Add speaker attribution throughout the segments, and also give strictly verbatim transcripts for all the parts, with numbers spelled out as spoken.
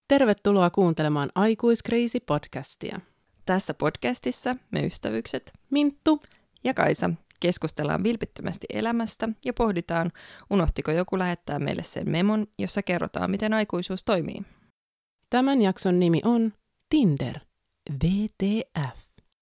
Speaker 1: Tervetuloa kuuntelemaan Aikuiskriisi-podcastia.
Speaker 2: Tässä podcastissa me ystävykset,
Speaker 1: Minttu
Speaker 2: ja Kaisa, keskustellaan vilpittömästi elämästä ja pohditaan, unohtiko joku lähettää meille sen memon, jossa kerrotaan, miten aikuisuus toimii.
Speaker 1: Tämän jakson nimi on Tinder, V T F.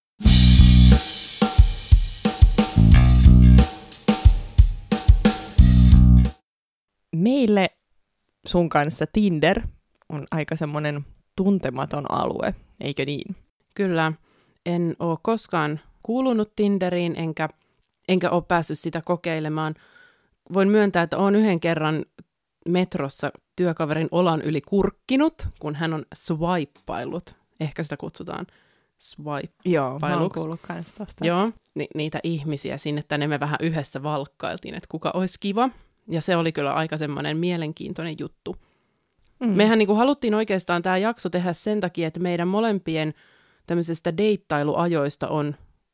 Speaker 2: Meille sun kanssa Tinder on aika semmoinen tuntematon alue, eikö niin?
Speaker 1: Kyllä, en ole koskaan kuulunut Tinderiin, enkä, enkä ole päässyt sitä kokeilemaan. Voin myöntää, että olen yhden kerran metrossa työkaverin olan yli kurkkinut, kun hän on swipeillut. Ehkä sitä kutsutaan swipeiluksi.
Speaker 2: Joo, mä oon kuullut kans tosta.
Speaker 1: Joo, ni- niitä ihmisiä sinne tänne me vähän yhdessä valkkailtiin, että kuka olisi kiva. Ja se oli kyllä aika semmoinen mielenkiintoinen juttu. Mm. Mehän niin kuin haluttiin oikeastaan tämä jakso tehdä sen takia, että meidän molempien tämmöisestä deittailuajoista on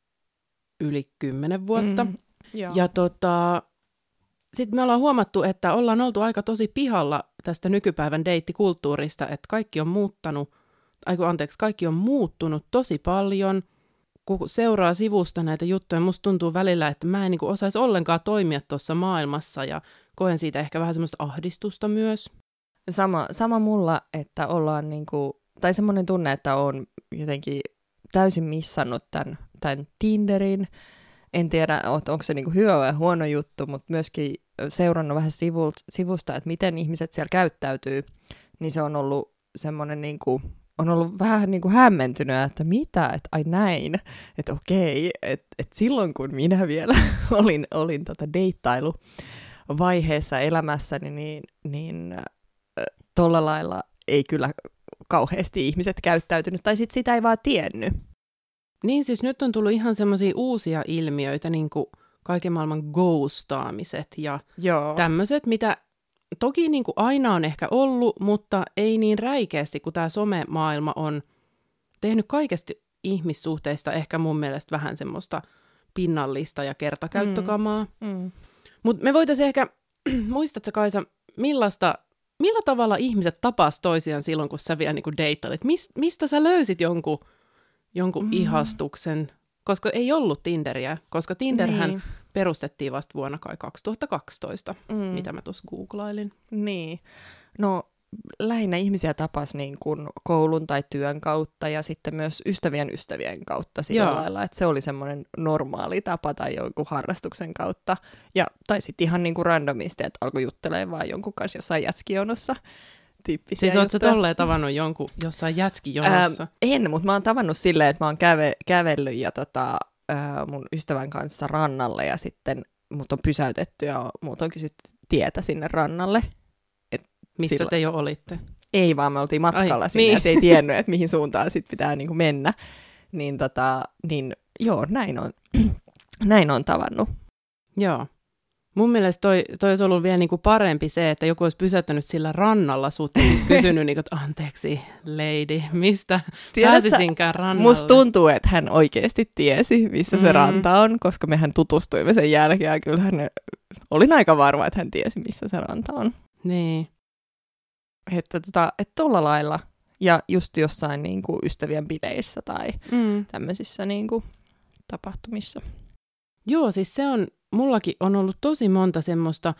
Speaker 1: yli kymmenen vuotta.
Speaker 2: Mm.
Speaker 1: Ja tota, sitten me ollaan huomattu, että ollaan oltu aika tosi pihalla tästä nykypäivän deittikulttuurista, että kaikki on muuttanut, aiku, anteeksi, kaikki on muuttunut tosi paljon. Kun seuraa sivusta näitä juttuja, musta tuntuu välillä, että mä en niin kuin osaisi ollenkaan toimia tuossa maailmassa ja koen siitä ehkä vähän semmoista ahdistusta myös.
Speaker 2: Sama, sama mulla, että ollaan niinku, tai semmoinen tunne, että on jotenkin täysin missannut tämän, tämän Tinderin. En tiedä, onko se niinku hyvä vai huono juttu, mutta myöskin seurannut vähän sivult, sivusta, että miten ihmiset siellä käyttäytyy, niin se on ollut semmoinen niinku, on ollut vähän niinku hämmentynyt, että mitä, että ai näin, että okei, että et silloin kun minä vielä olin, olin tota deittailuvaiheessa elämässäni, niin, niin tolla lailla ei kyllä kauheasti ihmiset käyttäytynyt, tai sitten sitä ei vaan tiennyt.
Speaker 1: Niin siis nyt on tullut ihan semmoisia uusia ilmiöitä, niin kuin kaiken maailman ghostaamiset ja tämmöiset, mitä toki niin kuin aina on ehkä ollut, mutta ei niin räikeästi, kun tämä somemaailma on tehnyt kaikesti ihmissuhteista ehkä mun mielestä vähän semmoista pinnallista ja kertakäyttökamaa. Mm. Mm. Mutta me voitaisiin ehkä, muistatko Kaisa, millaista Millä tavalla ihmiset tapas toisiaan silloin, kun sä vielä niin deittailit? Mis, mistä sä löysit jonkun, jonkun mm. ihastuksen? Koska ei ollut Tinderiä, koska Tinderhän niin perustettiin vasta vuonna kai kaksituhattakaksitoista, mm. mitä mä tuossa googlailin.
Speaker 2: Niin. No lähinnä ihmisiä tapas niin kuin koulun tai työn kautta ja sitten myös ystävien ystävien kautta sillä Joo. lailla, että se oli semmoinen normaali tapa tai jonkun harrastuksen kautta. Ja, tai sitten ihan niin kuin randomisti, että alkoi juttelemaan vaan jonkun kanssa jossain jätskijonossa tyyppisiä
Speaker 1: Siis
Speaker 2: juttuja.
Speaker 1: ootko sä tolleen tavannut jonkun jossain jätskijonossa?
Speaker 2: Ähm, en, mutta mä oon tavannut silleen, että mä oon käve, kävellyt ja tota, äh, mun ystävän kanssa rannalle ja sitten mut on pysäytetty ja mut on kysytty tietä sinne rannalle.
Speaker 1: Missä
Speaker 2: Sillä...
Speaker 1: te jo olitte?
Speaker 2: Ei, vaan me oltiin matkalla
Speaker 1: Ai,
Speaker 2: sinne
Speaker 1: niin.
Speaker 2: ja se ei tiennyt, että mihin suuntaan sit pitää niinku mennä. Niin, tota, niin joo, näin on, näin on tavannut.
Speaker 1: Joo. Mun mielestä toi, toi olisi ollut vielä niinku parempi se, että joku olisi pysäyttänyt sillä rannalla sut ja kysynyt, niinku, että anteeksi, lady, mistä pääsisinkään rannalle?
Speaker 2: Musta tuntuu, että hän oikeasti tiesi, missä mm. se ranta on, koska mehän tutustuimme sen jälkeen ja kyllähän olin aika varma, että hän tiesi, missä se ranta on.
Speaker 1: Niin.
Speaker 2: Että tota, et tolla lailla, ja just jossain niinku ystävien bileissä tai mm. tämmöisissä niinku tapahtumissa.
Speaker 1: Joo, siis se on, mullakin on ollut tosi monta semmoista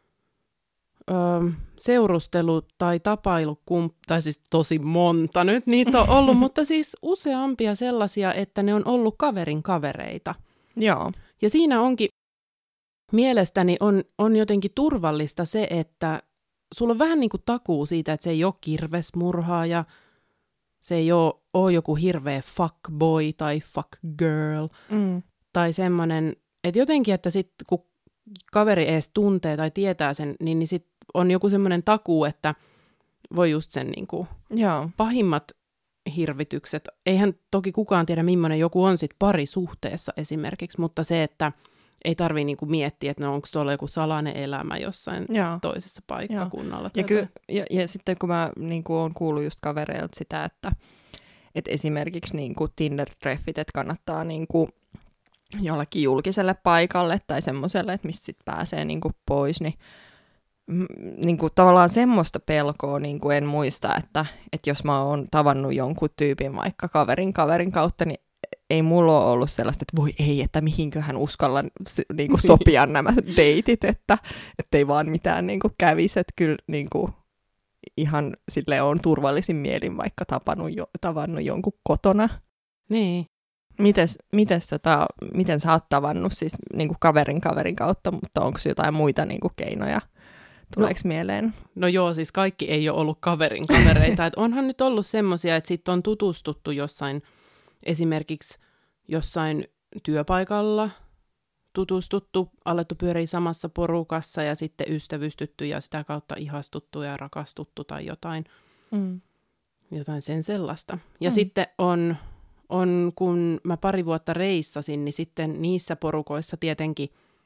Speaker 1: öö, seurustelu- tai tapailukump... tai siis tosi monta nyt niitä on ollut, mutta siis useampia sellaisia, että ne on ollut kaverin kavereita.
Speaker 2: Joo.
Speaker 1: Ja siinä onkin, mielestäni on, on jotenkin turvallista se, että sulla on vähän niin kuin takuu siitä, että se ei ole kirvesmurhaaja, se ei ole, ole joku hirveä fuckboy tai fuckgirl, mm. tai semmoinen, että jotenkin, että sit kun kaveri edes tuntee tai tietää sen, niin, niin sit on joku semmoinen takuu, että voi just sen niin kuin pahimmat hirvitykset. Eihän toki kukaan tiedä, millainen joku on sit parisuhteessa esimerkiksi, mutta se, että ei tarvitse niinku miettiä, että no, onko tuolla joku salainen elämä jossain Joo. toisessa paikkakunnalla.
Speaker 2: Ja, ky- ja, ja sitten kun mä niinku, olen kuullut just kavereilta sitä, että et esimerkiksi niinku, Tinder-treffit, että kannattaa niinku, jollekin julkiselle paikalle tai semmoiselle, että mistä sitten pääsee niinku, pois, niin niin kuin tavallaan semmoista pelkoa niin kuin en muista, että, että jos mä oon tavannut jonkun tyypin vaikka kaverin kaverin kautta, niin ei mulla ole ollut sellaista, että voi ei, että mihinköhän uskallan niin kuin sopia nämä deitit, että ei vaan mitään niin kuin kävisi, että kyllä niin kuin ihan silleen on turvallisin mielin vaikka tapannut jo, tavannut jonkun kotona.
Speaker 1: Niin.
Speaker 2: Mites, mites tota, miten sä oot tavannut siis niin kuin kaverin kaverin kautta, mutta onko jotain muita niin kuin keinoja? Tuleeko no, mieleen?
Speaker 1: No joo, siis kaikki ei ole ollut kaverin kavereita. Et onhan nyt ollut semmoisia, että sitten on tutustuttu jossain, esimerkiksi jossain työpaikalla tutustuttu, alettu pyöriä samassa porukassa ja sitten ystävystytty ja sitä kautta ihastuttu ja rakastuttu tai jotain, mm. jotain sen sellaista. Ja mm. sitten on, on, kun mä pari vuotta reissasin, niin sitten niissä porukoissa tietenkin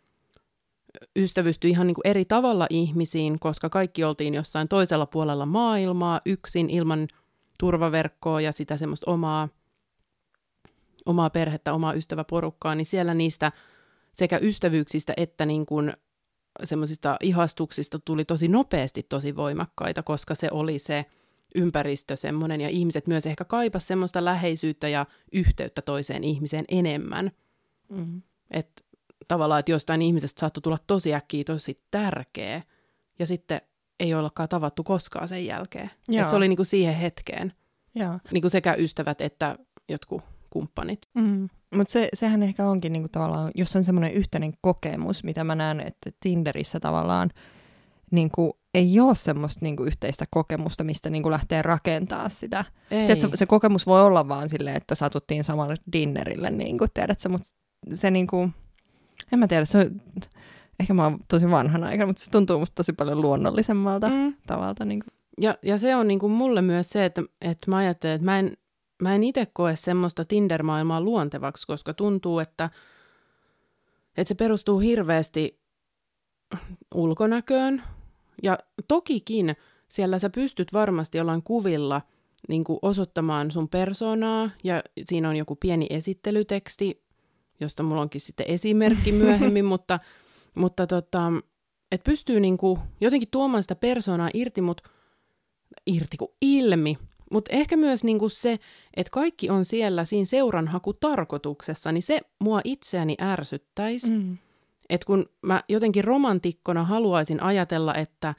Speaker 1: ystävystyi ihan niin kuin eri tavalla ihmisiin, koska kaikki oltiin jossain toisella puolella maailmaa, yksin, ilman turvaverkkoa ja sitä semmoista omaa, omaa perhettä, omaa ystäväporukkaa, niin siellä niistä sekä ystävyyksistä että niin kuin semmoisista ihastuksista tuli tosi nopeasti tosi voimakkaita, koska se oli se ympäristö semmoinen, ja ihmiset myös ehkä kaipas semmoista läheisyyttä ja yhteyttä toiseen ihmiseen enemmän. Mm-hmm. Että tavallaan, että jostain ihmisestä saattoi tulla tosi äkkiä tosi tärkeä, ja sitten ei ollakaan tavattu koskaan sen jälkeen. Että se oli niinku siihen hetkeen. Niinku sekä ystävät että jotkut kumppanit.
Speaker 2: Mm. Mutta se, sehän ehkä onkin niinku tavallaan, jos on semmoinen yhteinen kokemus, mitä mä näen, että Tinderissä tavallaan niinku, ei ole semmoista niinku yhteistä kokemusta, mistä niinku lähtee rakentaa sitä. Tiedätkö, se kokemus voi olla vaan silleen, että satuttiin samalle dinnerille, niinku, tiedätkö, mutta se niinku, en mä tiedä, se on, ehkä mä oon tosi vanhana aikana, mutta se tuntuu musta tosi paljon luonnollisemmalta mm. tavalta. Niinku.
Speaker 1: Ja, ja se on niinku mulle myös se, että, että mä ajattelen, että mä en, mä en itse koe semmoista Tinder-maailmaa luontevaksi, koska tuntuu, että, että se perustuu hirveästi ulkonäköön. Ja tokikin siellä sä pystyt varmasti jollain kuvilla niin kuin osoittamaan sun persoonaa, ja siinä on joku pieni esittelyteksti, josta mulla onkin sitten esimerkki myöhemmin, mutta, mutta tota, et pystyy niin kuin jotenkin tuomaan sitä persoonaa irti, mut, irti kuin ilmi. Mutta ehkä myös niinku se, että kaikki on siellä siinä seuranhakutarkoituksessa, niin se mua itseäni ärsyttäisi. Mm. Että kun mä jotenkin romantikkona haluaisin ajatella, että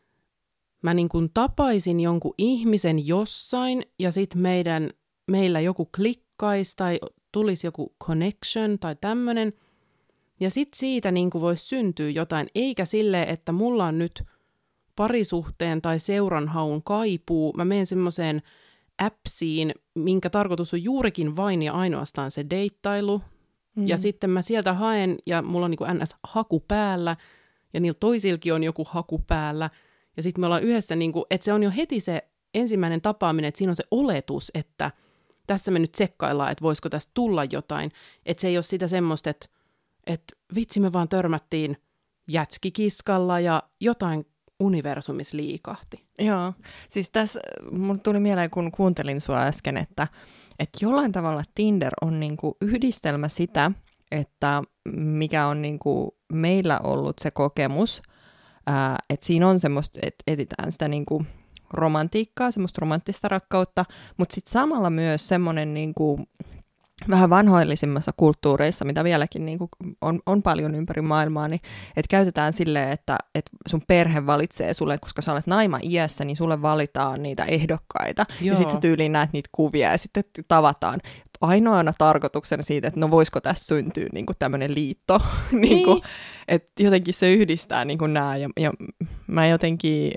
Speaker 1: mä niinku tapaisin jonkun ihmisen jossain ja sitten meidän, meillä joku klikkaisi tai tulisi joku connection tai tämmöinen. Ja sitten siitä niinku voisi syntyä jotain, eikä silleen, että mulla on nyt parisuhteen tai seuranhaun kaipuu. Mä menen semmoiseen appsiin, minkä tarkoitus on juurikin vain ja ainoastaan se deittailu. Mm. Ja sitten mä sieltä haen, ja mulla on niin kuin N S-haku päällä, ja niillä toisilkin on joku haku päällä. Ja sitten me ollaan yhdessä, niin kuin, että se on jo heti se ensimmäinen tapaaminen, että siinä on se oletus, että tässä me nyt tsekkaillaan, että voisiko tästä tulla jotain. Että se ei ole sitä semmoista, että, että vitsi me vaan törmättiin jätskikiskalla ja jotain universumis liikahti.
Speaker 2: Joo, siis tässä mun tuli mieleen, kun kuuntelin sua äsken, että, että jollain tavalla Tinder on niinku yhdistelmä sitä, että mikä on niinku meillä ollut se kokemus, ää, että siinä on semmoista, että etsitään sitä niinku romantiikkaa, semmoista romanttista rakkautta, mutta sitten samalla myös semmoinen niinku vähän vanhoillisimmassa kulttuureissa, mitä vieläkin niin kuin on, on paljon ympäri maailmaa, niin että käytetään silleen, että, että sun perhe valitsee sulle, koska sä olet naima-iässä, niin sulle valitaan niitä ehdokkaita. Joo. Ja sitten sä tyyliin näet niitä kuvia ja sitten tavataan. Ainoana tarkoituksena siitä, että no voisiko tässä syntyä niin kuin tämmöinen liitto. niin kuin, että jotenkin se yhdistää niin kuin nämä. Ja, ja mä jotenkin,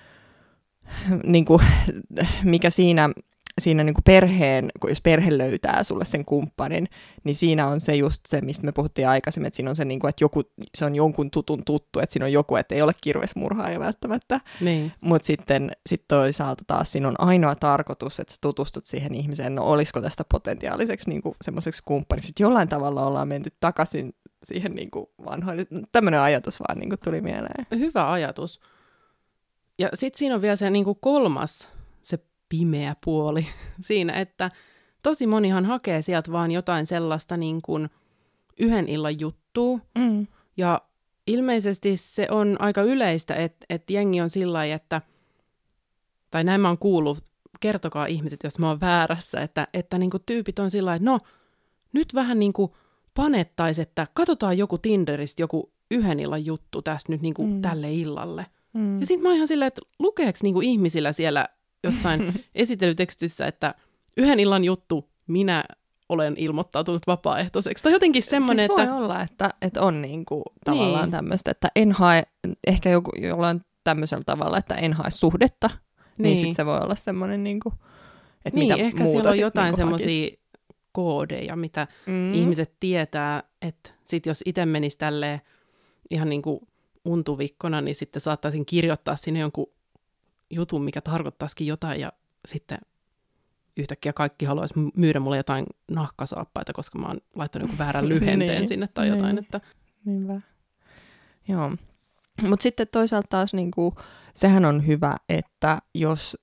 Speaker 2: niin kuin, mikä siinä... siinä niin kuin perheen, jos perhe löytää sulle sen kumppanin, niin siinä on se just se, mistä me puhuttiin aikaisemmin, että siinä on se, niin kuin, että joku, se on jonkun tutun tuttu, että siinä on joku, että ei ole kirvesmurhaaja välttämättä, niin. Mutta sitten sit toisaalta taas siinä on ainoa tarkoitus, että sä tutustut siihen ihmiseen, no olisiko tästä potentiaaliseksi niin kuin semmoiseksi kumppaniksi, että jollain tavalla ollaan menty takaisin siihen niin kuin vanhoille, tämmöinen ajatus vaan niin kuin tuli mieleen.
Speaker 1: Hyvä ajatus. Ja sitten siinä on vielä se niin kuin kolmas, se pimeä puoli siinä, että tosi monihan hakee sieltä vaan jotain sellaista niin kuin yhden illan juttua, mm. ja ilmeisesti se on aika yleistä, että, että jengi on sillä lailla, että, tai näin mä oon kuullut, kertokaa ihmiset, jos mä oon väärässä, että, että niin kuin tyypit on sillä lailla, että no, nyt vähän niin kuin panettaisiin, että katsotaan joku Tinderistä joku yhden illan juttu tästä nyt niin kuin mm. tälle illalle. Mm. Ja sitten mä oon ihan silleen, että lukeeko niin kuin ihmisillä siellä jossain esitelytekstissä, että yhden illan juttu, minä olen ilmoittautunut vapaaehtoiseksi. Tai jotenkin semmoinen,
Speaker 2: siis
Speaker 1: että...
Speaker 2: voi olla, että, että on niinku tavallaan niin. tämmöistä, että en hae, ehkä joku, jollain tämmöisellä tavalla, että en hae suhdetta, niin, niin sitten se voi olla semmoinen, niinku, että
Speaker 1: niin,
Speaker 2: mitä
Speaker 1: ehkä
Speaker 2: muuta
Speaker 1: siellä on
Speaker 2: sit
Speaker 1: jotain
Speaker 2: niinku
Speaker 1: semmoisia koodeja, mitä mm. ihmiset tietää, että sit jos itse menisi tälleen ihan niinku untuvikkona, niin sitten saattaisin kirjoittaa sinne jonkun jutun, mikä tarkoittaisikin jotain, ja sitten yhtäkkiä kaikki haluaisi myydä mulle jotain nahkasaappaita, koska mä oon laittanut jonkun väärän lyhenteen niin, sinne tai niin, jotain. Että...
Speaker 2: Niinpä. Joo. Mutta sitten toisaalta taas niinku, sehän on hyvä, että jos,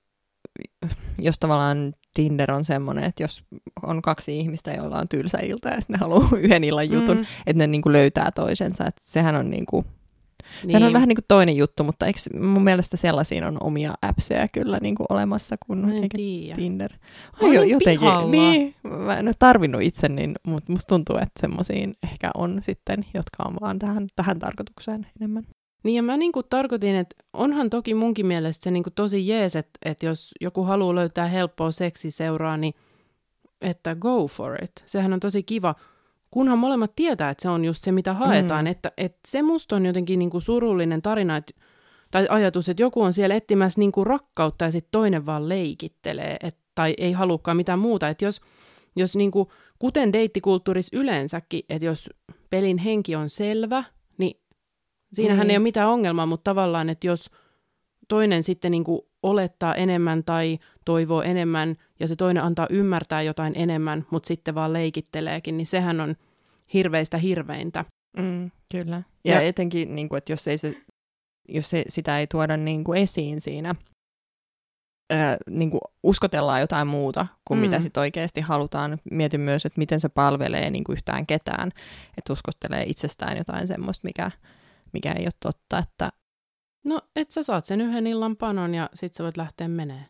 Speaker 2: jos tavallaan Tinder on semmoinen, että jos on kaksi ihmistä, joilla on tylsä ilta ja sitten ne haluaa yhden illan jutun, mm. että ne niinku löytää toisensa. Että sehän on niinku... Niin. Sehän on vähän niin kuin toinen juttu, mutta eikö mun mielestä sellaisiin on omia appseja kyllä niin kuin olemassa kuin eikä Tinder.
Speaker 1: Ai jo, jotenkin.
Speaker 2: Niin, mä en ole tarvinnut itse, niin, mutta musta tuntuu, että semmoisiin ehkä on sitten, jotka on vaan tähän, tähän tarkoitukseen enemmän.
Speaker 1: Niin ja mä niin kuin tarkoitin, että onhan toki munkin mielestä se niin kuin tosi jees, että, että jos joku haluaa löytää helppoa seksiseuraa, niin että go for it. Sehän on tosi kiva. Kunhan molemmat tietää, että se on just se, mitä haetaan. Mm. Että, että se musta on jotenkin niinku surullinen tarina, että, tai ajatus, että joku on siellä etsimässä niinku rakkautta ja sitten toinen vaan leikittelee, et, tai ei halukaan mitään muuta. Että jos, jos niinku, kuten deittikulttuurissa yleensäkin, että jos pelin henki on selvä, niin siinähän mm. ei ole mitään ongelmaa, mutta tavallaan, että jos toinen sitten niinku olettaa enemmän tai toivoo enemmän, ja se toinen antaa ymmärtää jotain enemmän, mutta sitten vaan leikitteleekin, niin sehän on hirveistä hirveintä.
Speaker 2: Mm, kyllä. Ja, ja etenkin, niin kuin, että jos, ei se, jos se, sitä ei tuoda niin kuin esiin siinä, ää, niin kuin uskotellaan jotain muuta kuin mm. mitä sitten oikeasti halutaan. Mietin myös, että miten se palvelee niin kuin yhtään ketään, että uskottelee itsestään jotain semmoista, mikä, mikä ei ole totta, että
Speaker 1: no, et sä saat sen yhden illan panon ja sit sä voit lähteä menee.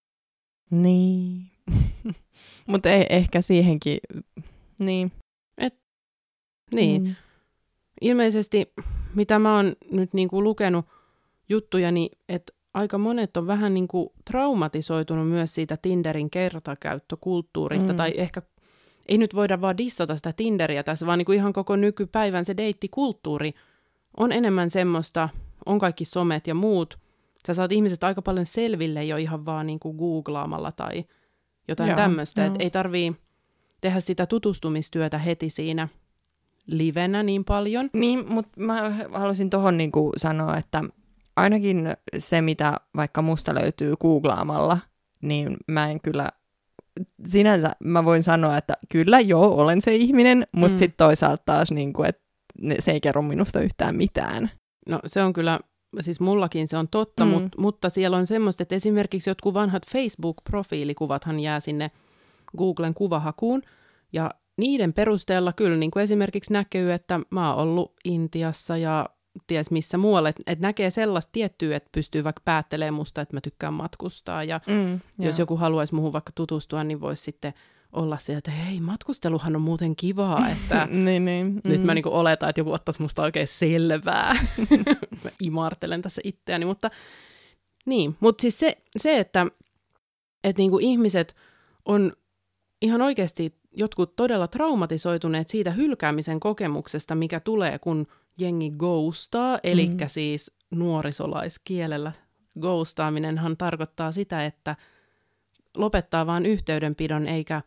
Speaker 2: Niin. Mutta ehkä siihenkin, niin.
Speaker 1: Et, niin. Mm. Ilmeisesti, mitä mä oon nyt niinku lukenut juttuja, niin että aika monet on vähän niinku traumatisoitunut myös siitä Tinderin kertakäyttökulttuurista, mm. tai ehkä ei nyt voida vaan dissata sitä Tinderiä tässä, vaan niinku ihan koko nykypäivän se deittikulttuuri on enemmän semmoista, on kaikki somet ja muut. Sä saat ihmiset aika paljon selville jo ihan vaan niin kuin googlaamalla tai jotain tämmöistä. Että ei tarvii tehdä sitä tutustumistyötä heti siinä livenä niin paljon.
Speaker 2: Niin, mutta mä haluaisin tohon niin kuin sanoa, että ainakin se, mitä vaikka musta löytyy googlaamalla, niin mä en kyllä, sinänsä mä voin sanoa, että kyllä joo, olen se ihminen, mutta mm. sitten toisaalta taas, niin kuin, että se ei kerro minusta yhtään mitään.
Speaker 1: No se on kyllä, siis mullakin se on totta, mm. mut, mutta siellä on semmoista, että esimerkiksi jotkut vanhat Facebook-profiilikuvathan jää sinne Googlen kuvahakuun, ja niiden perusteella kyllä niin kuin esimerkiksi näkyy, että mä oon ollut Intiassa ja ties missä muualle, että et näkee sellaista tiettyä, että pystyy vaikka päättelemään musta, että mä tykkään matkustaa, ja mm, jos joku haluaisi muuhun vaikka tutustua, niin voisi sitten olla se, että hei, matkusteluhan on muuten kivaa, että
Speaker 2: niin, niin.
Speaker 1: nyt mm. mä niinku oletan, että joku ottaisi musta oikein selvää. Mä imartelen tässä itseäni, mutta niin. Mutta siis se, se että, että niinku ihmiset on ihan oikeasti jotkut todella traumatisoituneet siitä hylkäämisen kokemuksesta, mikä tulee, kun jengi ghostaa, eli mm. siis nuorisolaiskielellä ghostaaminenhan tarkoittaa sitä, että lopettaa vaan yhteydenpidon, eikä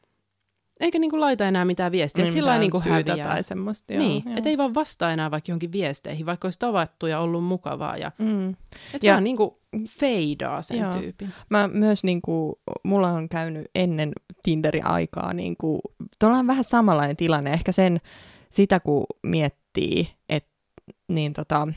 Speaker 1: Eikä niinku laita enää mitään viestiä,
Speaker 2: niin,
Speaker 1: että sillä niinku
Speaker 2: häviää. Tai semmoista. Joo,
Speaker 1: niin,
Speaker 2: joo.
Speaker 1: että ei vaan vastaa enää vaikka johonkin viesteihin, vaikka olisi tavattu ja ollut mukavaa. Ja,
Speaker 2: mm.
Speaker 1: että vaan niinku feidaa sen joo. tyypin.
Speaker 2: Mä myös niinku, mulla on käynyt ennen Tinderin aikaa, niinku, tuolla on vähän samanlainen tilanne, ehkä sen, sitä kun miettii, että niin tota,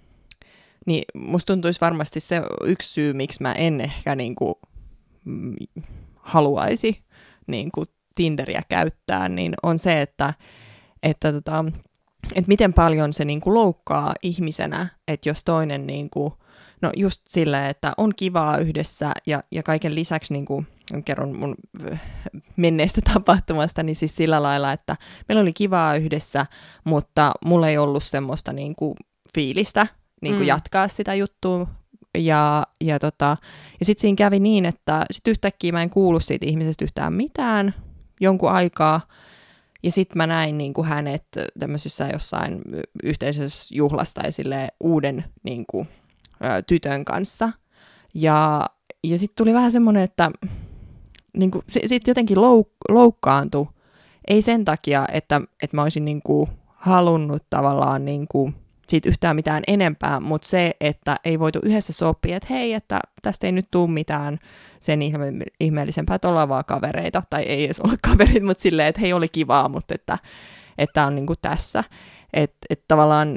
Speaker 2: niin musta tuntuisi varmasti se yksi syy, miksi mä en ehkä niinku, mm, haluaisi niinku Tinderiä käyttää, niin on se, että, että tota, että miten paljon se niinku loukkaa ihmisenä, että jos toinen niinku, no just silleen, että on kivaa yhdessä ja, ja kaiken lisäksi niinku, kerron mun menneestä tapahtumasta, niin siis sillä lailla, että meillä oli kivaa yhdessä, mutta mulla ei ollut semmoista niinku fiilistä niinku mm. jatkaa sitä juttua. Ja, ja, tota, ja sitten siinä kävi niin, että sit yhtäkkiä mä en kuullut siitä ihmisestä yhtään mitään jonkun aikaa. Ja sitten mä näin niin kuin hänet tämmöisessä jossain yhteisössä juhlassa tai silleen uuden niin kuin, ä, tytön kanssa. Ja, ja sitten tuli vähän semmoinen, että niin kuin, sitten jotenkin louk- loukkaantui. Ei sen takia, että, että mä olisin niin kuin, halunnut tavallaan niin kuin, siitä yhtään mitään enempää, mutta se, että ei voitu yhdessä sopia, että hei, että tästä ei nyt tule mitään sen ihme- ihmeellisempää, että ollaan vaan kavereita, tai ei edes ole kaverit, mutta silleen, että hei, oli kivaa, mutta että, että on niin kuin tässä. Että et tavallaan,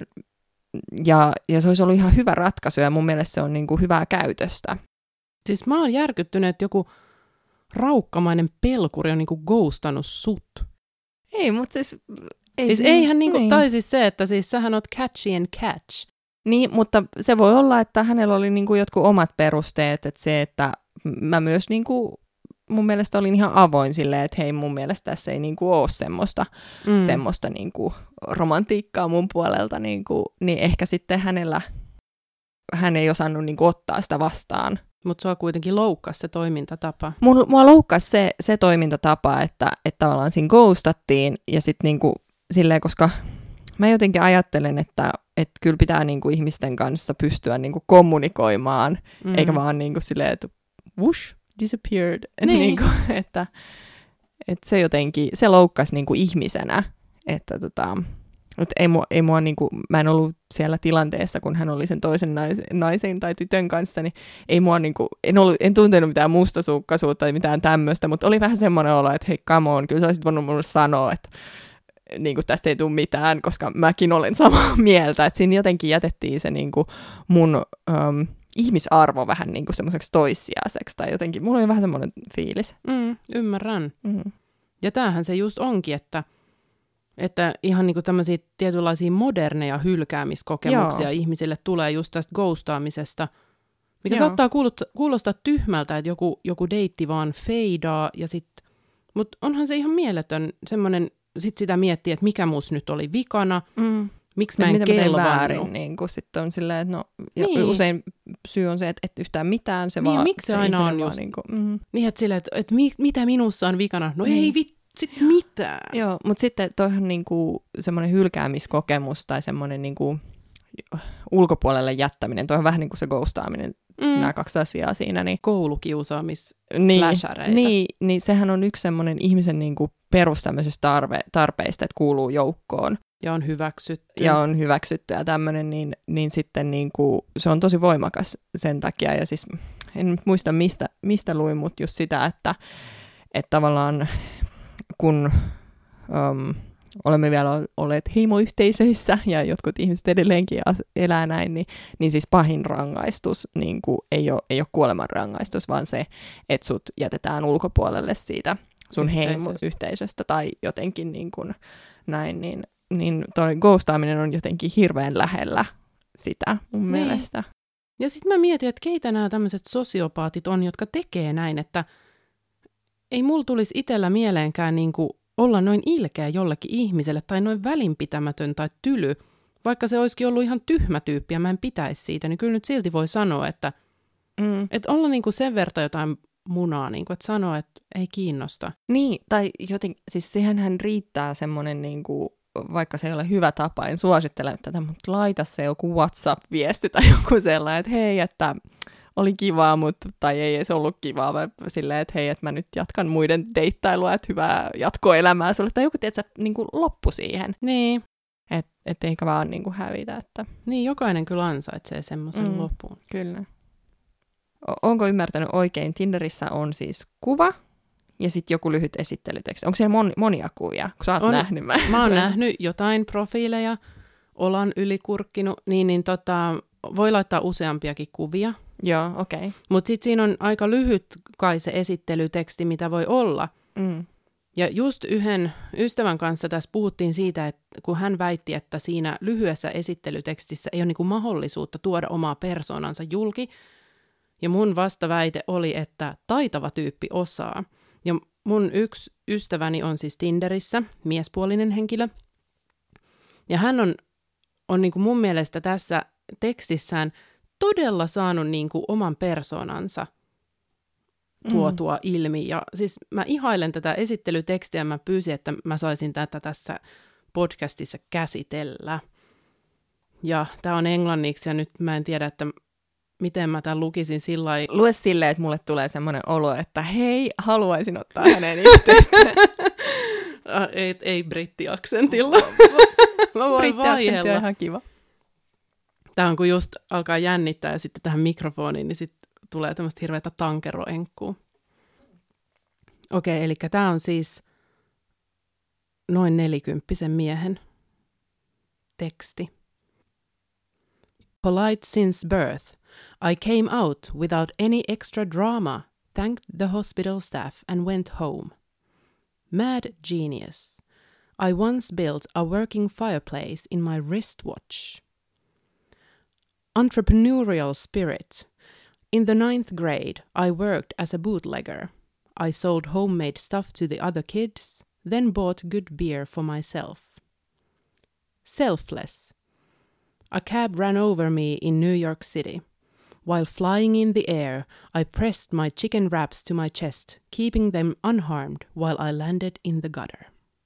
Speaker 2: ja, ja se olisi ollut ihan hyvä ratkaisu, ja mun mielestä se on niin kuin hyvää käytöstä.
Speaker 1: Siis mä oon järkyttynyt, että joku raukkamainen pelkuri on niin kuin ghostannut sut.
Speaker 2: Ei, mutta siis... Ei
Speaker 1: siis
Speaker 2: se,
Speaker 1: eihän niinku,
Speaker 2: niin.
Speaker 1: tai siis se, että siis sähän oot catchy and catch.
Speaker 2: Niin, mutta se voi olla, että hänellä oli niinku jotkut omat perusteet, että se, että mä myös niinku, mun mielestä olin ihan avoin silleen, että hei, mun mielestä tässä ei niinku ole semmoista, mm. semmoista niinku romantiikkaa mun puolelta, niinku, niin ehkä sitten hänellä, hän ei osannut niinku ottaa sitä vastaan.
Speaker 1: Mutta sua kuitenkin loukkasi se toimintatapa.
Speaker 2: Mua, mua loukkasi se, se toimintatapa, että, että tavallaan siinä ghostattiin ja sitten niinku silleen, koska mä jotenkin ajattelen, että, että kyllä pitää niinku ihmisten kanssa pystyä niinku kommunikoimaan, mm. eikä vaan niinku silleen, että whoosh, disappeared.
Speaker 1: Niin.
Speaker 2: Niinku, että, että se jotenkin, se loukkasi niinku ihmisenä, että tota, että ei mua, ei mua niinku, mä en ollut siellä tilanteessa, kun hän oli sen toisen naisen, naisen tai tytön kanssa, niin ei mua niinku, en, ollut, en tuntenut mitään mustasukkaisuutta tai mitään tämmöistä, mutta oli vähän semmoinen olo, että hei, come on, kyllä sä olisit voinut mulle sanoa, että niinku, tästä ei tule mitään, koska mäkin olen samaa mieltä, että siinä jotenkin jätettiin se niinku, mun um, ihmisarvo vähän niinku, semmoiseksi toissijaiseksi, tai jotenkin, mulla oli vähän semmoinen fiilis.
Speaker 1: Mm, ymmärrän.
Speaker 2: Mm.
Speaker 1: Ja tämähän se just onkin, että Että ihan niinku tämmöisiä tietynlaisia moderneja hylkäämiskokemuksia Joo. ihmisille tulee just tästä ghostaamisesta, mikä Joo. saattaa kuulostaa, kuulostaa tyhmältä, että joku, joku deitti vaan feidaa, ja sit, mutta onhan se ihan mieletön semmoinen, sit sitä miettii, että mikä mus nyt oli vikana, mm. miksi mä en kelvannut.
Speaker 2: Niin sitten on silleen, että no, niin. usein syy on se, että et yhtään mitään, se
Speaker 1: niin,
Speaker 2: vaan...
Speaker 1: miksi se aina on just, niin, kuin, mm. niin että silleen, että, että mi, mitä minussa on vikana, no niin. ei vittu. Sitten mitään.
Speaker 2: Joo, mutta sitten toihan niinku semmoinen hylkäämiskokemus tai semmoinen niinku ulkopuolelle jättäminen, toi on vähän niin kuin se ghostaaminen, mm. nämä kaksi asiaa siinä. Niin,
Speaker 1: koulukiusaamisfläshareita.
Speaker 2: Niin, niin, niin sehän on yksi semmoinen ihmisen niinku perus tämmöisestä tarve, tarpeista, että kuuluu joukkoon.
Speaker 1: Ja on hyväksytty.
Speaker 2: Ja on hyväksytty ja tämmöinen, niin, niin sitten niinku, se on tosi voimakas sen takia. Ja siis en nyt muista mistä, mistä luin, mutta just sitä, että, että tavallaan kun um, olemme vielä olleet heimoyhteisöissä ja jotkut ihmiset edelleenkin elää näin, niin, niin siis pahin rangaistus niin kuin ei ole, ei ole kuolemanrangaistus, vaan se, että sut jätetään ulkopuolelle siitä sun heimoyhteisöstä tai jotenkin niin kuin näin, niin, niin toi ghostaaminen on jotenkin hirveän lähellä sitä mun niin. mielestä.
Speaker 1: Ja sitten mä mietin, että keitä nämä tämmöiset sosiopaatit on, jotka tekee näin, että ei mulla tulisi itsellä mieleenkään niin kuin olla noin ilkeä jollekin ihmiselle tai noin välinpitämätön tai tyly, vaikka se olisikin ollut ihan tyhmä tyyppi ja mä en pitäisi siitä, niin kyllä nyt silti voi sanoa, että mm. et olla niin kuin sen verta jotain munaa, niin kuin, että sanoa, että ei kiinnosta.
Speaker 2: Niin, tai joten, siis sehän riittää semmoinen, niin kuin, vaikka se ei ole hyvä tapa, en suosittele tätä, mutta laita se joku WhatsApp-viesti tai joku sellainen, että hei, että oli kivaa, mutta, tai ei edes ollut kivaa, vai silleen, että hei, että mä nyt jatkan muiden deittailua, että hyvää jatkoelämää sulle, tai joku, tiedätkö, niin kuin loppu siihen.
Speaker 1: Niin.
Speaker 2: Että et eikä vaan niin kuin hävitä. Että...
Speaker 1: Niin, jokainen kyllä ansaitsee semmoisen mm, lopun.
Speaker 2: Kyllä. O- onko ymmärtänyt oikein? Tinderissä on siis kuva, ja sitten joku lyhyt esittelyteksti. Onko siellä mon- monia kuvia, kun sä oot
Speaker 1: on,
Speaker 2: nähnyt? Mä,
Speaker 1: mä oon nähnyt jotain profiileja, olan ylikurkkinut, niin, niin tota, voi laittaa useampiakin kuvia.
Speaker 2: Joo, okei. Okay.
Speaker 1: Mutta sitten siinä on aika lyhyt kai se esittelyteksti, mitä voi olla. Mm. Ja just yhden ystävän kanssa tässä puhuttiin siitä, että kun hän väitti, että siinä lyhyessä esittelytekstissä ei ole niin kuin mahdollisuutta tuoda omaa persoonansa julki. Ja mun vastaväite oli, että taitava tyyppi osaa. Ja mun yksi ystäväni on siis Tinderissä, miespuolinen henkilö. Ja hän on, on niin kuin mun mielestä tässä tekstissään todella saanut niin kuin oman persoonansa tuotua mm. ilmi. Ja siis mä ihailen tätä esittelytekstiä, mä pyysin, että mä saisin tätä tässä podcastissa käsitellä. Ja tää on englanniksi ja nyt mä en tiedä, että miten mä tämän lukisin sillä lailla.
Speaker 2: Lue silleen, että mulle tulee semmoinen olo, että hei, haluaisin ottaa hänen yhteyttä.
Speaker 1: ei, ei brittiaksentilla. Mä voin
Speaker 2: brittiaksentti on ihan kiva.
Speaker 1: Tämä on kun just alkaa jännittää ja sitten tähän mikrofoniin, niin sitten tulee tämmöistä hirveätä tankeroenkkua. Okei, eli tämä on siis noin nelikymppisen miehen teksti. Polite since birth. I came out without any extra drama, thanked the hospital staff and went home. Mad genius. I once built a working fireplace in my wristwatch. Entrepreneurial spirit. In the ninth grade, I worked as a bootlegger. I sold homemade stuff to the other kids, then bought good beer for myself. Selfless. A cab ran over me in New York City. While flying in the air, I pressed my chicken wraps to my chest, keeping them unharmed while I landed in the gutter.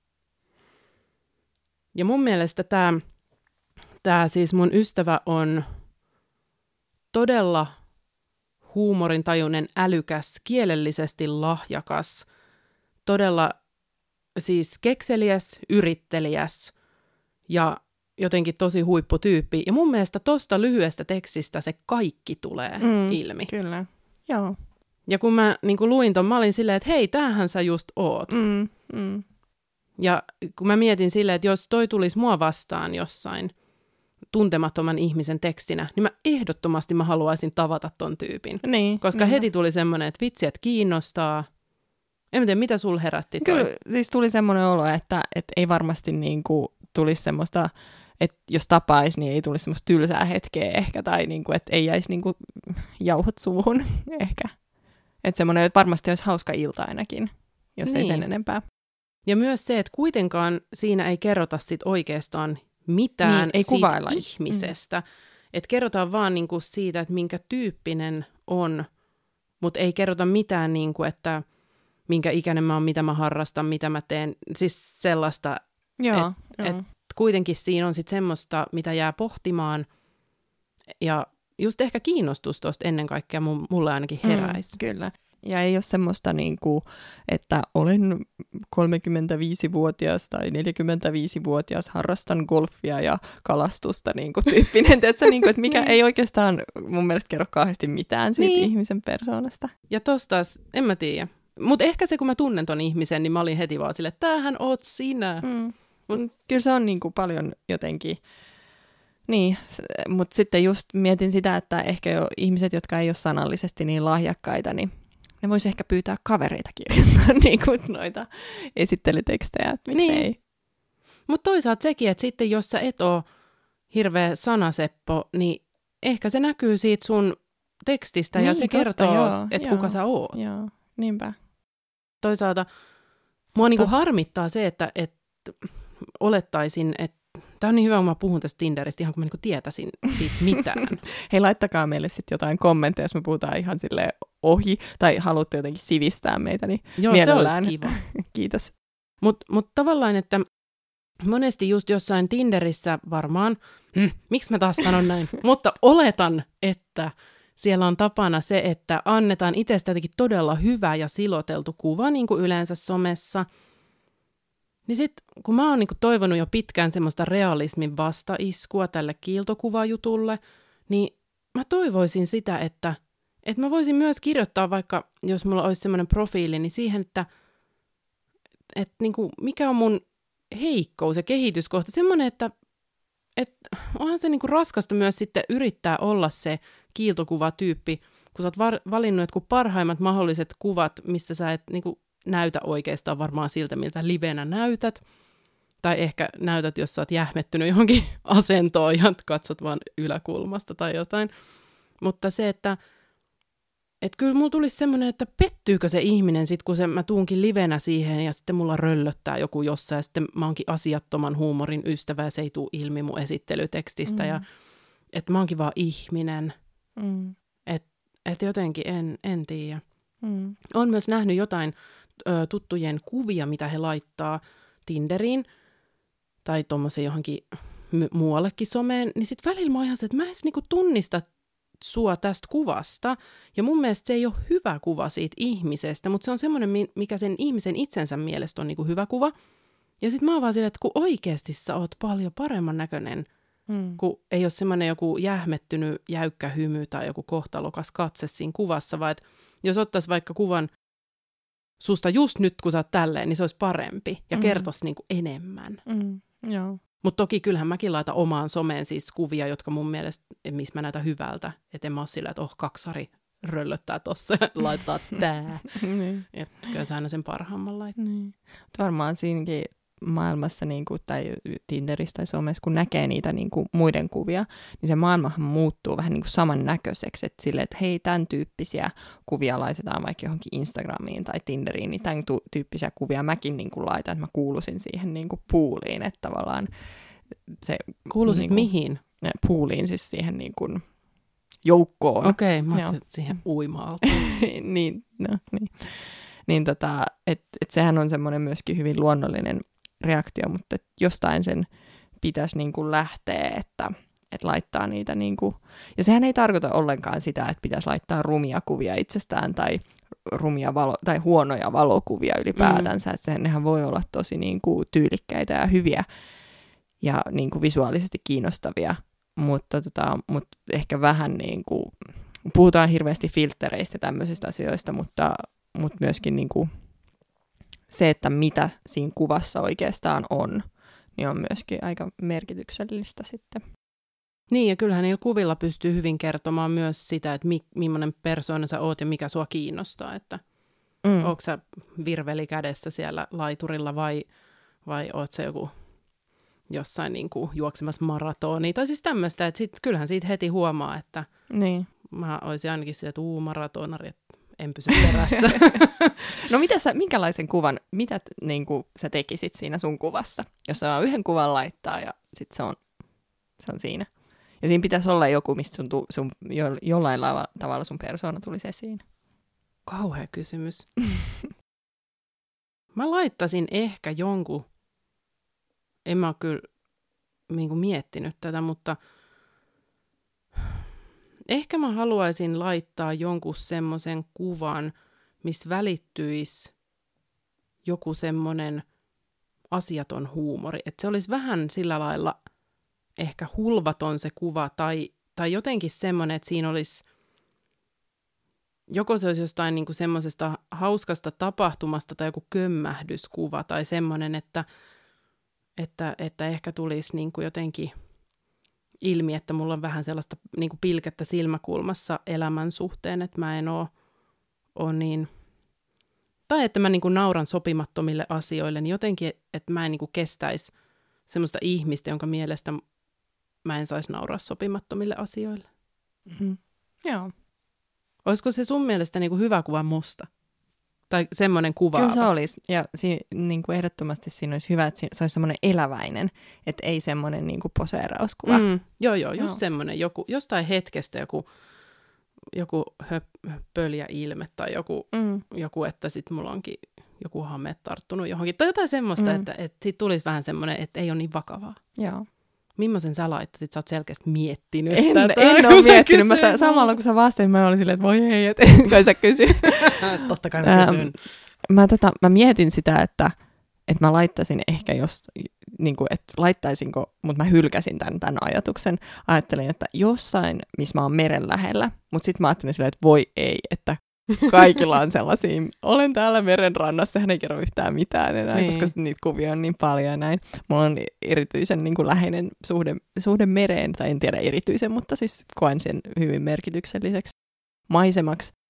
Speaker 1: Ja mun mielestä tämä, tämä siis mun ystävä on todella huumorintajuinen, älykäs, kielellisesti lahjakas, todella siis kekseliäs, yritteliäs ja jotenkin tosi huipputyyppi. Ja mun mielestä tosta lyhyestä tekstistä se kaikki tulee mm, ilmi.
Speaker 2: Kyllä, joo.
Speaker 1: Ja kun mä niin kun luin ton, mä olin silleen, että hei, tämähän sä just oot.
Speaker 2: Mm, mm.
Speaker 1: Ja kun mä mietin silleen, että jos toi tulisi mua vastaan jossain tuntemattoman ihmisen tekstinä, niin mä ehdottomasti mä haluaisin tavata ton tyypin.
Speaker 2: Niin,
Speaker 1: koska
Speaker 2: niin.
Speaker 1: heti tuli semmoinen, että vitsi, että kiinnostaa. En tiedä, mitä sul herätti toi?
Speaker 2: Kyllä, siis tuli semmoinen olo, että, että ei varmasti niin kuin tulisi semmoista, että jos tapaisi, niin ei tulisi semmoista tylsää hetkeä ehkä, tai niin kuin, että ei jäisi niin kuin jauhot suuhun ehkä. Että semmoinen, että varmasti olisi hauska ilta ainakin, jos niin. ei sen enempää.
Speaker 1: Ja myös se, että kuitenkaan siinä ei kerrota sit oikeastaan mitään niin, ei siitä ihmisestä. Mm. Että kerrotaan vaan niinku siitä, että minkä tyyppinen on, mutta ei kerrota mitään, niinku, että minkä ikäinen mä oon, mitä mä harrastan, mitä mä teen. Siis sellaista, että et kuitenkin siinä on sitten semmoista, mitä jää pohtimaan. Ja just ehkä kiinnostus tuosta ennen kaikkea mulle ainakin heräisi.
Speaker 2: Mm, kyllä. Ja ei ole semmoista, niin kuin, että olen kolmekymmentäviisivuotias tai neljäkymmentäviisivuotias, harrastan golfia ja kalastusta niin kuin tyyppinen. Tiedätkö, niin kuin, että mikä ei oikeastaan mun mielestä kerro kauheasti mitään siitä niin. ihmisen persoonasta.
Speaker 1: Ja tossa taas, en mä tiedä. Mutta ehkä se, kun mä tunnen ton ihmisen, niin mä olin heti vaan silleen, että tämähän oot sinä.
Speaker 2: Mm. Mut, kyllä se on niin kuin paljon jotenkin. Niin, mutta sitten just mietin sitä, että ehkä jo ihmiset, jotka ei ole sanallisesti niin lahjakkaita, niin ne voisi ehkä pyytää kavereita kirjoittaa niin kuin noita esittelytekstejä, että miksei. Niin.
Speaker 1: Mutta toisaalta sekin, että sitten jos sä et ole hirveä sanaseppo, niin ehkä se näkyy siitä sun tekstistä niin, ja se totta, kertoo, että kuka sä oot.
Speaker 2: Joo, niinpä.
Speaker 1: Toisaalta mua niinku harmittaa se, että, että olettaisin, että tämä on niin hyvä, kun mä puhun tästä Tinderistä, ihan kun mä niinku tietäisin siitä mitään.
Speaker 2: Hei, laittakaa meille sitten jotain kommentteja, jos me puhutaan ihan silleen ohi, tai haluatte jotenkin sivistää meitä, niin
Speaker 1: joo,
Speaker 2: mielellään.
Speaker 1: Se olisi kiva.
Speaker 2: Kiitos.
Speaker 1: Mutta mut tavallaan, että monesti just jossain Tinderissä varmaan, hm, miksi mä taas sanon näin, mutta oletan, että siellä on tapana se, että annetaan itsestä jotenkin todella hyvä ja siloteltu kuva, niin kuin yleensä somessa. Niin sitten, kun mä oon niinku toivonut jo pitkään semmoista realismin vastaiskua tälle kiiltokuvajutulle, niin mä toivoisin sitä, että, että mä voisin myös kirjoittaa vaikka, jos mulla olisi semmoinen profiili, niin siihen, että, että niinku, mikä on mun heikkous ja kehityskohta. Semmoinen, että, että onhan se niinku raskasta myös sitten yrittää olla se kiiltokuvatyyppi, kun sä oot var- valinnut jotkut parhaimmat mahdolliset kuvat, missä sä et niinku näytä oikeastaan varmaan siltä, miltä livenä näytät. Tai ehkä näytät, jos sä oot jähmettynyt johonkin asentoon ja katsot vaan yläkulmasta tai jotain. Mutta se, että et kyllä mulla tulisi semmoinen, että pettyykö se ihminen sitten, kun se, mä tuunkin livenä siihen ja sitten mulla röllöttää joku jossain ja sitten mä oonkin asiattoman huumorin ystävä ja se ei tule ilmi mun esittelytekstistä mm. ja että mä oonkin vaan ihminen. Mm. Että et jotenkin en, en tiedä. Mm. Olen myös nähnyt jotain ö, tuttujen kuvia, mitä he laittaa Tinderiin tai tuommoisen johonkin m- muuallekin someen, niin sitten välillä mä oon ihan se, että mä en edes niinku tunnista sua tästä kuvasta. Ja mun mielestä se ei ole hyvä kuva siitä ihmisestä, mutta se on semmoinen, mikä sen ihmisen itsensä mielestä on niinku hyvä kuva. Ja sitten mä oon vaan silleen, että kun oikeasti sä oot paljon paremman näköinen, mm. kun ei ole semmoinen joku jähmettynyt jäykkä hymy tai joku kohtalokas katse siinä kuvassa, vaan että jos ottaisi vaikka kuvan susta just nyt, kun sä oot tälleen, niin se olisi parempi ja mm. kertoisi niinku enemmän.
Speaker 2: Mm. Joo.
Speaker 1: Mutta toki kyllähän mäkin laitan omaan someen siis kuvia, jotka mun mielestä, missä mä näytän hyvältä. Että en mä ole sillä, että oh, kaksari röllöttää tossa ja laittaa tää. Niin. Että kyllä sä aina sen parhaamman laittaa.
Speaker 2: Niin. Varmaan siinäkin maailmassa niin kuin, tai Tinderissä tai somessa, kun näkee niitä niin kuin, muiden kuvia, niin se maailmahan muuttuu vähän niin kuin samannäköiseksi. Että silleen, että hei, tämän tyyppisiä kuvia laitetaan vaikka johonkin Instagramiin tai Tinderiin, niin tämän tu- tyyppisiä kuvia mäkin niin kuin, laitan, että mä kuuluisin siihen niin kuin, pooliin, että tavallaan se...
Speaker 1: Kuuluisit
Speaker 2: niin kuin,
Speaker 1: mihin?
Speaker 2: Pooliin, siis siihen niin kuin, joukkoon.
Speaker 1: Okei, okay, mä ajattelin siihen uimaalta.
Speaker 2: niin, no, niin. Niin tota, että et sehän on semmoinen myöskin hyvin luonnollinen reaktio, mutta jostain sen pitäisi niin kuin lähteä, että, että laittaa niitä niin kuin, ja sehän ei tarkoita ollenkaan sitä, että pitäisi laittaa rumia kuvia itsestään tai rumia valo, tai huonoja valokuvia ylipäätänsä, mm. että sehän voi olla tosi niin kuin tyylikkäitä ja hyviä ja niin kuin visuaalisesti kiinnostavia, mutta, tota, mutta ehkä vähän niin kuin, puhutaan hirveästi filttereistä ja tämmöisistä asioista, mutta, mutta myöskin niin kuin se, että mitä siinä kuvassa oikeastaan on, niin on myöskin aika merkityksellistä sitten.
Speaker 1: Niin, ja kyllähän niillä kuvilla pystyy hyvin kertomaan myös sitä, että mi- millainen persoona sä oot ja mikä sua kiinnostaa. Että mm. ootko sä virveli kädessä siellä laiturilla vai, vai oot sä joku jossain niin kuin juoksemassa maratonia. Tai siis tämmöistä, että sit, kyllähän siitä heti huomaa, että niin. Mä olisin ainakin sitä, että uu maratonari, että en pysy perässä.
Speaker 2: No mitä sä, minkälaisen kuvan, mitä niin kuin, sä tekisit siinä sun kuvassa? Jos sä yhden kuvan laittaa ja sit se on, se on siinä. Ja siinä pitäisi olla joku, mistä sun, tu, sun jo, jollain lava, tavalla sun persoona tulisi esiin.
Speaker 1: Kauhea kysymys. Mä laittaisin ehkä jonkun, en mä ole kyllä niin kuin miettinyt tätä, mutta ehkä mä haluaisin laittaa jonkun semmoisen kuvan, missä välittyisi joku semmoinen asiaton huumori. Että se olisi vähän sillä lailla ehkä hulvaton se kuva, tai, tai jotenkin semmoinen, että siinä olisi, joko se olisi jostain niin kuin semmoisesta hauskasta tapahtumasta tai joku kömmähdyskuva, tai semmoinen, että, että, että ehkä tulisi niin kuin jotenkin ilmi, että mulla on vähän sellaista niin kuin pilkettä silmäkulmassa elämän suhteen, että mä en ole, ole niin, tai että mä niin kuin nauran sopimattomille asioille, niin jotenkin, että mä en niin kuin kestäisi semmoista ihmistä, jonka mielestä mä en saisi nauraa sopimattomille asioille.
Speaker 2: Mm-hmm. Joo.
Speaker 1: Olisiko se sun mielestä niin kuin hyvä kuva musta? Tai semmoinen kuvaava?
Speaker 2: Kyllä se olisi. Ja si- niin kuin ehdottomasti siinä olisi hyvä, että se olisi semmoinen eläväinen, että ei semmoinen niin kuin poseerauskuva. Mm,
Speaker 1: joo, joo, just joo. semmoinen. Joku, jostain hetkestä joku, joku höp- pöljä ilme tai joku, mm. joku että sitten mulla onkin joku hame tarttunut johonkin. Tai jotain semmoista, mm. että, että siitä tulisi vähän semmoinen, että ei ole niin vakavaa.
Speaker 2: Joo.
Speaker 1: Millaisen sä laittasit? Sä oot selkeästi miettinyt
Speaker 2: en,
Speaker 1: tätä.
Speaker 2: En ole miettinyt. Mä sa- samalla kun sä vastasit, mä olin silleen, että voi hei, että kai sä kysy.
Speaker 1: Totta kai mä kysyn.
Speaker 2: Mä, tota, mä mietin sitä, että, että mä laittaisin ehkä jos, niin kuin, että laittaisinko, mutta mä hylkäsin tämän, tämän ajatuksen. Ajattelin, että jossain, missä mä oon meren lähellä, mutta sitten mä ajattelin silleen, että voi ei, että kaikilla on sellaisia, olen täällä meren rannassa, hän ei kerro yhtään mitään enää, niin. Koska niitä kuvia on niin paljon ja näin. Mulla on erityisen niin kuin läheinen suhde, suhde mereen, tai en tiedä erityisen, mutta siis koen sen hyvin merkitykselliseksi maisemaksi.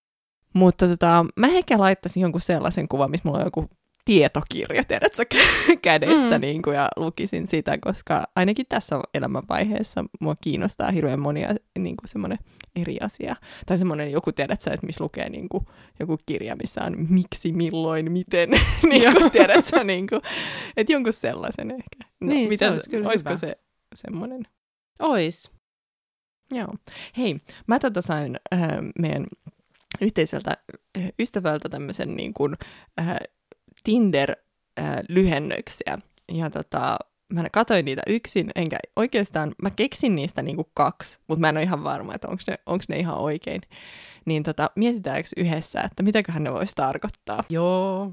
Speaker 2: Mutta tota, mä ehkä laittaisin jonkun sellaisen kuvan, missä mulla on joku tietokirja, tiedätkö, kädessä mm. niin kuin, ja lukisin sitä, koska ainakin tässä elämänvaiheessa mua kiinnostaa hirveän monia niin kuin semmoinen eri asia. Tai semmoinen joku, tiedätkö, että missä lukee niin kuin, joku kirja, missä on miksi, milloin, miten, niin kuin, tiedätkö, niin kuin, että jonkun sellaisen ehkä. No,
Speaker 1: niin,
Speaker 2: mitä,
Speaker 1: se olisi kyllä
Speaker 2: olisiko
Speaker 1: hyvä.
Speaker 2: se semmoinen?
Speaker 1: Ois.
Speaker 2: Joo. Hei, mä tota sain äh, meidän yhteiseltä äh, ystävältä tämmöisen niin kuin, äh, Tinder-lyhennöksiä. Ja tota, mä katsoin niitä yksin, enkä oikeastaan, mä keksin niistä niinku kaksi, mutta mä en ole ihan varma, että onko ne, onks ne ihan oikein. Niin tota, mietitäänkö yhdessä, että mitäköhän ne voisi tarkoittaa?
Speaker 1: Joo.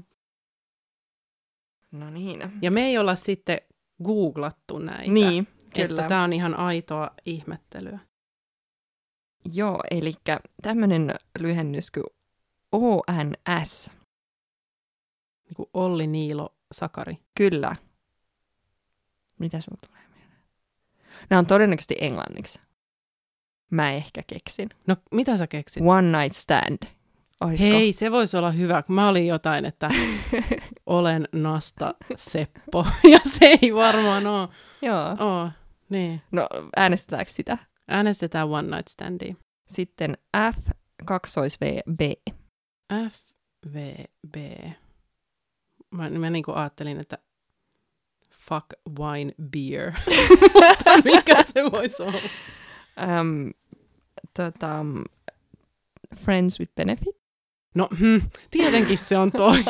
Speaker 2: No niin.
Speaker 1: Ja me ei olla sitten googlattu näitä.
Speaker 2: Niin, kyllä.
Speaker 1: Että tää on ihan aitoa ihmettelyä.
Speaker 2: Joo, eli tämmöinen lyhennys kuin O N S.
Speaker 1: Niin kuin Olli Niilo Sakari.
Speaker 2: Kyllä. Mitä sulla tulee mieleen? Nämä on todennäköisesti englanniksi. Mä ehkä keksin.
Speaker 1: No, mitä sä keksit?
Speaker 2: One night stand. Oisko?
Speaker 1: Hei, se voisi olla hyvä. Mä olin jotain, että olen Nasta Seppo. Ja se ei varmaan ole.
Speaker 2: Joo.
Speaker 1: Oo, niin.
Speaker 2: No, äänestetäänkö sitä?
Speaker 1: Äänestetään One Night Standia.
Speaker 2: Sitten F, kaksois V, B.
Speaker 1: F, V, B. Mä, mä niinku ajattelin, että fuck, wine, beer. Mikä se voisi olla?
Speaker 2: Um, tota, friends with benefit.
Speaker 1: No, hm, tietenkin se on toi.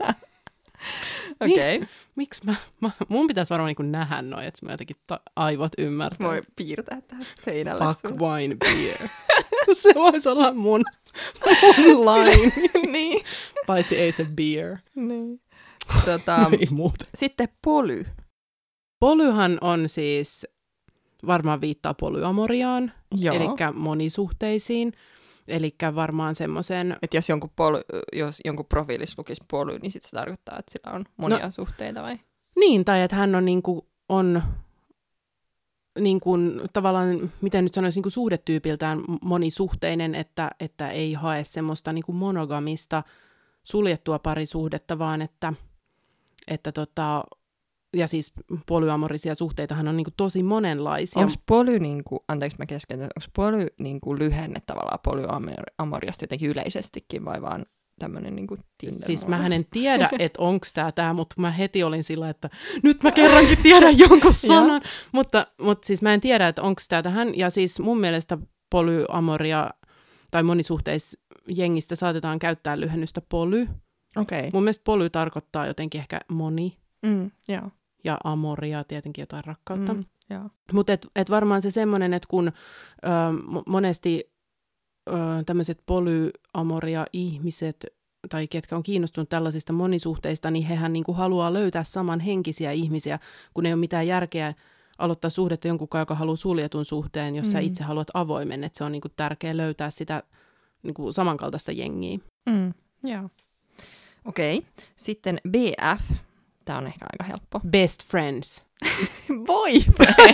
Speaker 2: Okei. Okay.
Speaker 1: Miksi mä, mä, mun pitäisi varmaan niinku nähdä noin, että mä jotenkin ta- aivot ymmärtää.
Speaker 2: Voi piirtää tähän seinälle.
Speaker 1: Fuck,
Speaker 2: sun.
Speaker 1: wine, beer. Se voisi olla mun, mun line.
Speaker 2: Niin.
Speaker 1: Paitsi ei se beer.
Speaker 2: Niin. Tota,
Speaker 1: ei muuta.
Speaker 2: Sitten poly.
Speaker 1: Polyhan on siis, varmaan viittaa polyamoriaan, eli monisuhteisiin. Eli varmaan semmoisen...
Speaker 2: Että jos jonkun, pol- jos jonkun profiilissa lukisi poly, niin sit se tarkoittaa, että sillä on monia no, suhteita vai?
Speaker 1: Niin, tai että hän on, niinku, on niinku, tavallaan, miten nyt sanoisi, niinku suhdetyypiltään monisuhteinen, että, että ei hae semmoista niinku monogamista suljettua parisuhdetta, vaan että, että tota, ja siis polyamorisia suhteitahan on niinku tosi monenlaisia.
Speaker 2: Onko poly, niinku, anteeksi mä keskeytän, onko poly niinku lyhenne tavallaan polyamoriasta jotenkin yleisestikin vai vaan tämmöinen niinku Tinder?
Speaker 1: Siis mä en tiedä, että onko tämä tämä, mutta mä heti olin sillä, että nyt mä kerrankin tiedän jonkun sanan. mutta, mutta siis mä en tiedä, että onko tämä tähän. Ja siis mun mielestä polyamoria tai monisuhteisjengistä saatetaan käyttää lyhennystä poly.
Speaker 2: Okay.
Speaker 1: Mun mielestä poly tarkoittaa jotenkin ehkä moni.
Speaker 2: Mm, yeah.
Speaker 1: Ja amoria, tietenkin jotain rakkautta.
Speaker 2: Mm, yeah.
Speaker 1: Mutta et, et varmaan se semmoinen, että kun ö, monesti tämmöiset polyamoria-ihmiset, tai ketkä on kiinnostunut tällaisista monisuhteista, niin hehän niinku haluaa löytää samanhenkisiä ihmisiä, kun ei ole mitään järkeä aloittaa suhdetta jonkun kanssa, joka haluaa suljetun suhteen, jos mm. sä itse haluat avoimen. Että se on niinku tärkeää löytää sitä niinku samankaltaista jengiä.
Speaker 2: Mm, joo. Okei. Okay. Sitten B F. Tämä on ehkä aika helppo.
Speaker 1: Best friends.
Speaker 2: Boyfriend!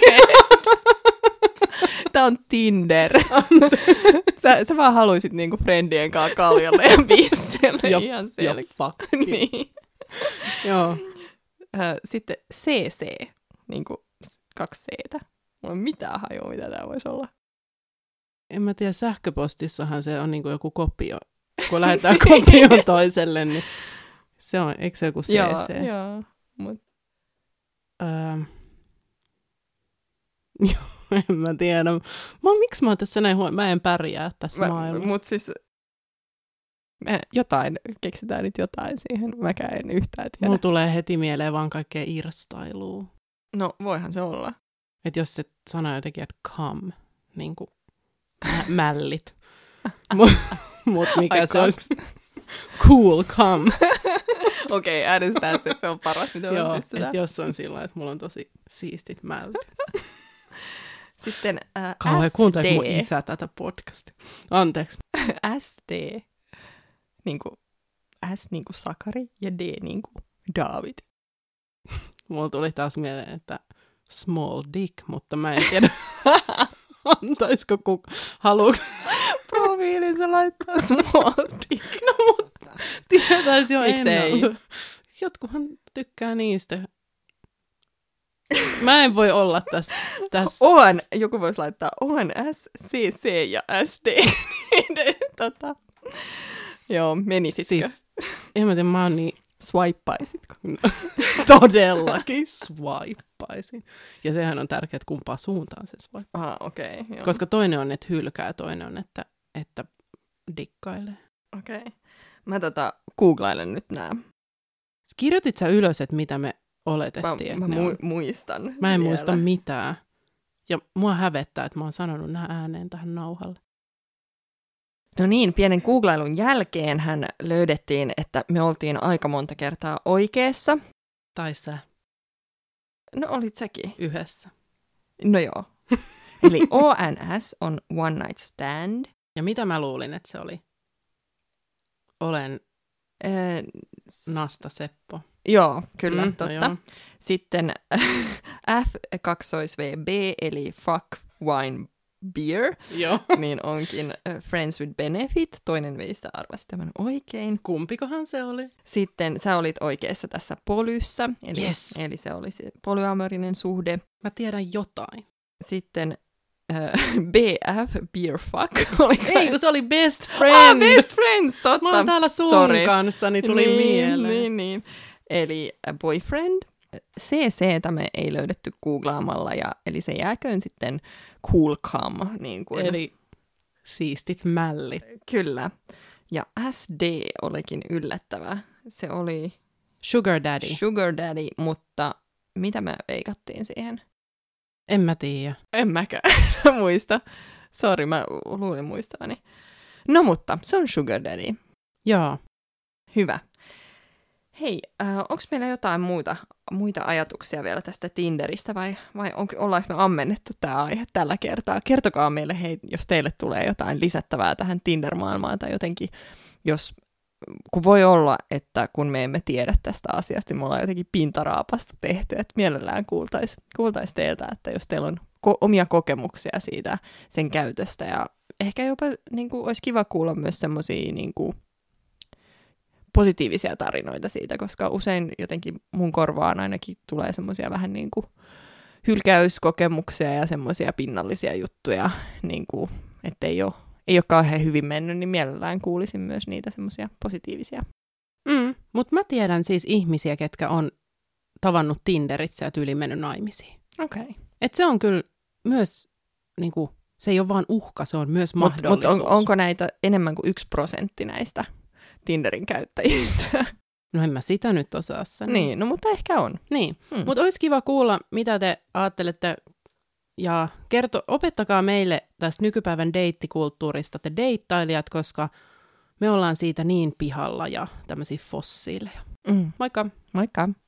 Speaker 2: Tämä on Tinder. sä, sä vaan haluisit niinku friendien kanssa kaljalle ja bisselle. Ihan selkeä.
Speaker 1: Jo fuck.
Speaker 2: Niin.
Speaker 1: Joo.
Speaker 2: Sitten C C. Niinku kaksi C-tä. Mulla ei mitään hajua, mitä tämä voisi olla.
Speaker 1: En mä tiedä, sähköpostissahan se on niinku joku kopio. Kun lähdetään kopion toiselle, niin se on, eikö se joku C C?
Speaker 2: Joo, joo. Mut.
Speaker 1: Öö, joo, en mä tiedä. Mä, miksi mä oon tässä näin huono? Mä en pärjää tässä mä, maailmassa.
Speaker 2: Mut siis me jotain, keksitään nyt jotain siihen. Mäkään en yhtään tiedä.
Speaker 1: Mulla tulee heti mieleen vaan kaikkea irstailua.
Speaker 2: No, voihan se olla.
Speaker 1: Että jos se sanoo jotenkin, että come, niin kuin mä- mällit. Mut, mut mikä
Speaker 2: Ai
Speaker 1: se olisi? Cool, come.
Speaker 2: Okei, okay, äänestetään se, se on paras, mitä
Speaker 1: Joo,
Speaker 2: on pystytään.
Speaker 1: että jos on sillä, että mulla on tosi siistit mällit.
Speaker 2: Sitten äh,
Speaker 1: Kauhean,
Speaker 2: S D.
Speaker 1: kuunteleeko mun isä tätä podcastia? Anteeksi.
Speaker 2: S D. Niinku S niinku Sakari ja D niinku David.
Speaker 1: Mulla tuli taas mieleen, että small dick, mutta mä en tiedä, antaisiko kuka, haluuks,
Speaker 2: profiilinsa laittaa small dick.
Speaker 1: No mutta tietäisi jo
Speaker 2: Miksei?
Speaker 1: ennalta. Jotkuhan tykkää niistä. Mä en voi olla tässä. Täs.
Speaker 2: On, joku voisi laittaa O N S, C C ja S D. tota. Joo, menisitkö?
Speaker 1: Siis, en mä tiedä, mä oon niin...
Speaker 2: Swipeaisitko?
Speaker 1: No, todellakin swipeisin. Ja sehän on tärkeää, että kumpaa suuntaan se swipe.
Speaker 2: Aha, okei. Okay,
Speaker 1: koska toinen on, että hylkää, toinen on, että, että dikkailee.
Speaker 2: Okei. Okay. Mä tota googlailen nyt nää.
Speaker 1: Kirjoitit sä ylös, että mitä me oletettiin?
Speaker 2: Mä, mä mu- muistan.
Speaker 1: Mä en
Speaker 2: vielä.
Speaker 1: muista mitään. Ja mua hävettää, että mä oon sanonut nämä ääneen tähän nauhalle.
Speaker 2: No niin, pienen googlailun jälkeen hän löydettiin, että me oltiin aika monta kertaa oikeassa.
Speaker 1: Tai sä.
Speaker 2: No olit säkin.
Speaker 1: Yhdessä.
Speaker 2: No joo. Eli O N S on One Night Stand.
Speaker 1: Ja mitä mä luulin, että se oli? Olen
Speaker 2: Äh,
Speaker 1: Nasta Seppo.
Speaker 2: Joo, kyllä,
Speaker 1: Mm,
Speaker 2: totta.
Speaker 1: no joo.
Speaker 2: Sitten F kaksois V B, eli Fuck Wine Beer,
Speaker 1: Joo.
Speaker 2: niin onkin uh, Friends with Benefit. Toinen meistä arvasi tämän oikein.
Speaker 1: Kumpikohan se oli?
Speaker 2: Sitten sä olit oikeassa tässä polyssa, eli,
Speaker 1: Yes.
Speaker 2: eli se oli se polyamorinen suhde.
Speaker 1: Mä tiedän jotain.
Speaker 2: Sitten uh, B F, Beer Fuck. Oli
Speaker 1: Ei, kun se oli Best Friend.
Speaker 2: Ah, Best Friends, totta.
Speaker 1: Mä oon täällä sun
Speaker 2: Sorry.
Speaker 1: kanssa, niin tuli
Speaker 2: niin,
Speaker 1: mieleen.
Speaker 2: Niin, niin. Eli uh, Boyfriend. C C:tä me ei löydetty googlaamalla, ja, eli se jääköön sitten Cool Cam. Niin kuin.
Speaker 1: Eli siistit mällit.
Speaker 2: Kyllä. Ja S D olikin yllättävä. Se oli
Speaker 1: Sugar Daddy.
Speaker 2: Sugar Daddy, mutta mitä me veikattiin siihen?
Speaker 1: En mä tiedä.
Speaker 2: En mäkään muista. Sori, mä luulin muistavani. No mutta, se on Sugar Daddy.
Speaker 1: Joo.
Speaker 2: Hyvä. Hei, äh, onko meillä jotain muuta, muita ajatuksia vielä tästä Tinderistä vai, vai on, ollaanko me ammennettu tämä aihe tällä kertaa? Kertokaa meille, hei, jos teille tulee jotain lisättävää tähän Tinder-maailmaan tai jotenkin, jos, kun voi olla, että kun me emme tiedä tästä asiasta, niin me ollaan jotenkin pintaraapasta tehty, että mielellään kuultaisiin kuultais teiltä, että jos teillä on ko- omia kokemuksia siitä sen käytöstä ja ehkä jopa niin kuin, olisi kiva kuulla myös semmoisia niin kuin positiivisia tarinoita siitä, koska usein jotenkin mun korvaan ainakin tulee semmoisia vähän niin kuin hylkäyskokemuksia ja semmoisia pinnallisia juttuja, niin kuin, että ei ole, ei ole kauhean hyvin mennyt, niin mielellään kuulisin myös niitä semmoisia positiivisia.
Speaker 1: Mm, mutta mä tiedän siis ihmisiä, ketkä on tavannut Tinderissä ja tyyliin mennyt naimisiin.
Speaker 2: Okei. Okay.
Speaker 1: Et se on kyllä myös, niinku, se ei ole vaan uhka, se on myös
Speaker 2: Mut,
Speaker 1: mahdollisuus.
Speaker 2: Mutta on, onko näitä enemmän kuin yksi prosentti näistä Tinderin käyttäjistä?
Speaker 1: No en mä sitä nyt osaa sanoa.
Speaker 2: Niin, no mutta ehkä on.
Speaker 1: Niin,
Speaker 2: Hmm.
Speaker 1: mutta olisi kiva kuulla, mitä te ajattelette, ja kerto, opettakaa meille tästä nykypäivän deittikulttuurista te deittailijat, koska me ollaan siitä niin pihalla ja tämmöisiä fossiileja.
Speaker 2: Mm.
Speaker 1: Moikka!
Speaker 2: Moikka!